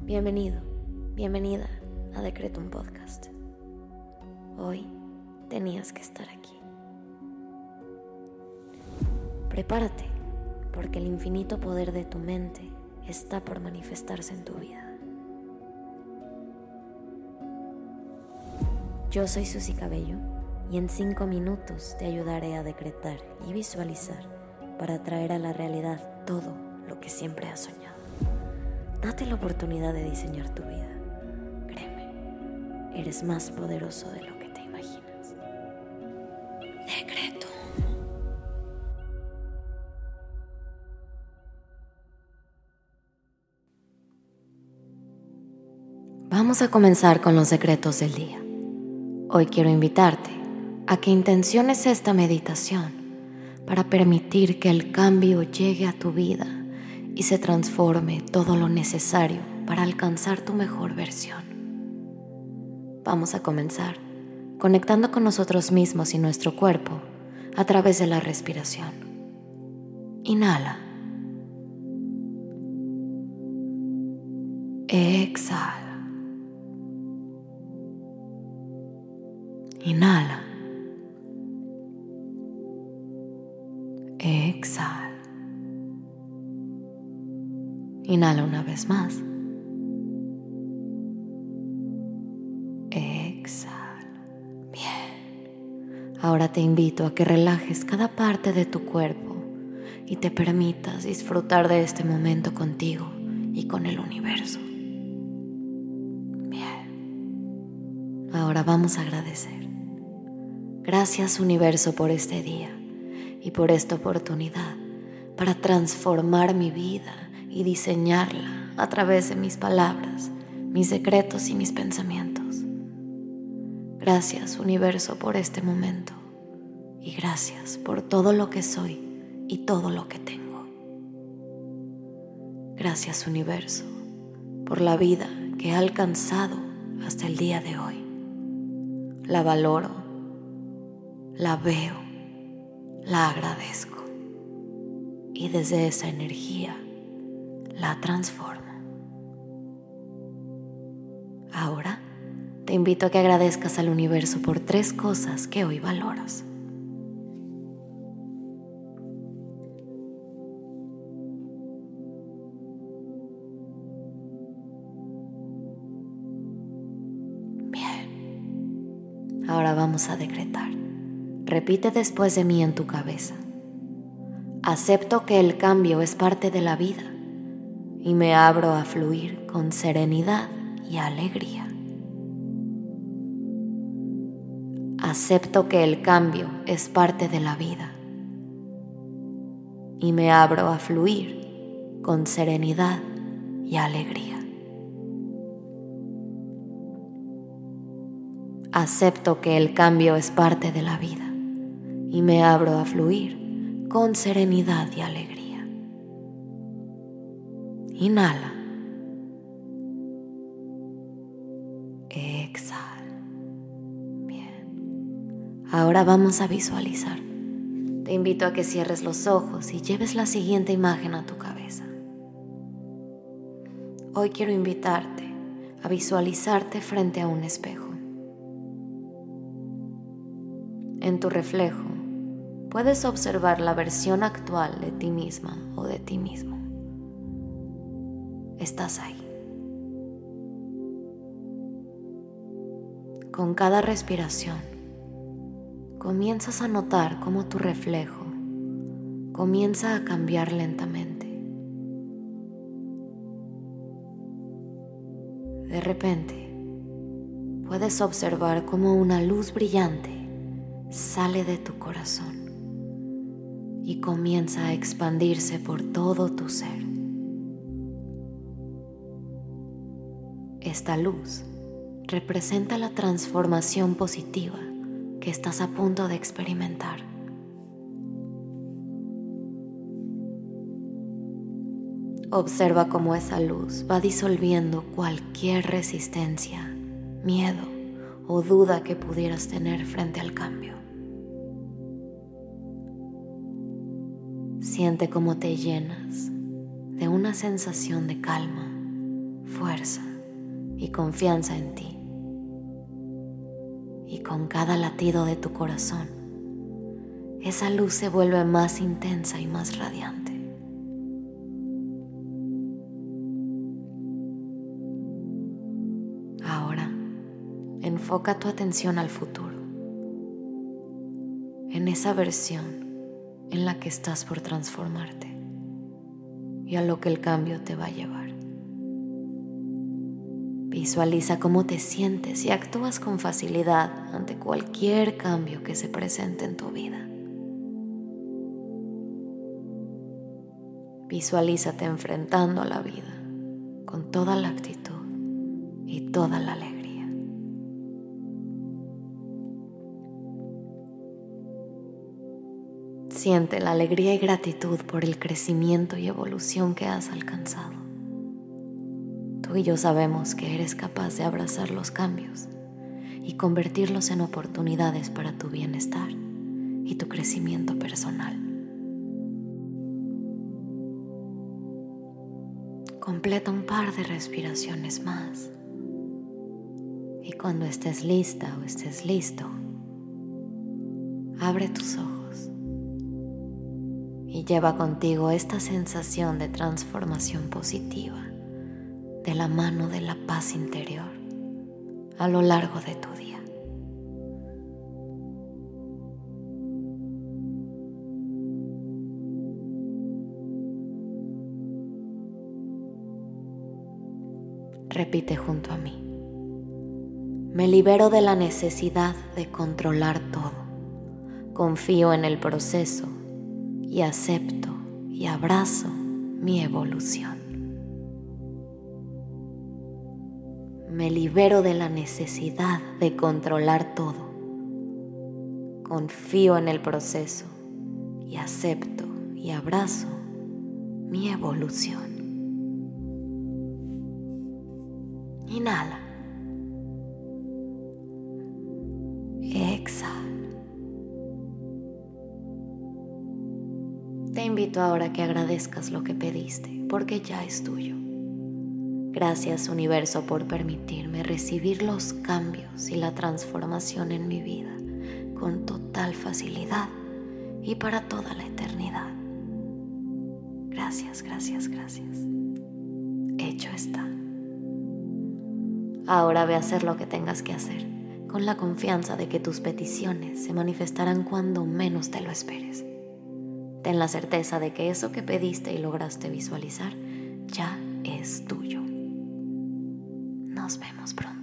Bienvenido, bienvenida a Decretum Podcast. Hoy tenías que estar aquí. Prepárate, porque el infinito poder de tu mente está por manifestarse en tu vida. Yo soy Susy Cabello y en 5 minutos te ayudaré a decretar y visualizar para atraer a la realidad todo lo que siempre has soñado. Date la oportunidad de diseñar tu vida. Créeme, eres más poderoso de lo que te imaginas. Decreto. Vamos a comenzar con los secretos del día. Hoy quiero invitarte a que intenciones esta meditación para permitir que el cambio llegue a tu vida y se transforme todo lo necesario para alcanzar tu mejor versión. Vamos a comenzar conectando con nosotros mismos y nuestro cuerpo a través de la respiración. Inhala. Exhala. Inhala. Exhala. Inhala una vez más. Exhala. Bien. Ahora te invito a que relajes cada parte de tu cuerpo y te permitas disfrutar de este momento contigo y con el universo. Bien. Ahora vamos a agradecer. Gracias, universo, por este día y por esta oportunidad para transformar mi vida y diseñarla a través de mis palabras, mis secretos y mis pensamientos. Gracias, universo, por este momento y gracias por todo lo que soy y todo lo que tengo. Gracias, universo, por la vida que he alcanzado hasta el día de hoy. La valoro, la veo, la agradezco y desde esa energía la transformo. Ahora te invito a que agradezcas al universo por 3 cosas que hoy valoras. Bien. Ahora vamos a decretar. Repite después de mí en tu cabeza. Acepto que el cambio es parte de la vida y me abro a fluir con serenidad y alegría. Acepto que el cambio es parte de la vida y me abro a fluir con serenidad y alegría. Acepto que el cambio es parte de la vida y me abro a fluir con serenidad y alegría. Inhala. Exhala. Bien. Ahora vamos a visualizar. Te invito a que cierres los ojos y lleves la siguiente imagen a tu cabeza. Hoy quiero invitarte a visualizarte frente a un espejo. En tu reflejo puedes observar la versión actual de ti misma o de ti mismo. Estás ahí. Con cada respiración, comienzas a notar cómo tu reflejo comienza a cambiar lentamente. De repente, puedes observar cómo una luz brillante sale de tu corazón y comienza a expandirse por todo tu ser. Esta luz representa la transformación positiva que estás a punto de experimentar. Observa cómo esa luz va disolviendo cualquier resistencia, miedo o duda que pudieras tener frente al cambio. Siente cómo te llenas de una sensación de calma, fuerza y confianza en ti. Y con cada latido de tu corazón, esa luz se vuelve más intensa y más radiante. Ahora, enfoca tu atención al futuro, en esa versión en la que estás por transformarte y a lo que el cambio te va a llevar. Visualiza cómo te sientes y actúas con facilidad ante cualquier cambio que se presente en tu vida. Visualízate enfrentando a la vida con toda la actitud y toda la alegría. Siente la alegría y gratitud por el crecimiento y evolución que has alcanzado. Tú y yo sabemos que eres capaz de abrazar los cambios y convertirlos en oportunidades para tu bienestar y tu crecimiento personal. Completa un par de respiraciones más. Y cuando estés lista o estés listo, abre tus ojos y lleva contigo esta sensación de transformación positiva de la mano de la paz interior a lo largo de tu día. Repite junto a mí. Me libero de la necesidad de controlar todo. Confío en el proceso y acepto y abrazo mi evolución. Me libero de la necesidad de controlar todo. Confío en el proceso y acepto y abrazo mi evolución. Inhala. Exhala. Te invito ahora a que agradezcas lo que pediste, porque ya es tuyo. Gracias, universo, por permitirme recibir los cambios y la transformación en mi vida con total facilidad y para toda la eternidad. Gracias, gracias, gracias. Hecho está. Ahora ve a hacer lo que tengas que hacer, con la confianza de que tus peticiones se manifestarán cuando menos te lo esperes. Ten la certeza de que eso que pediste y lograste visualizar ya es tuyo. Nos vemos pronto.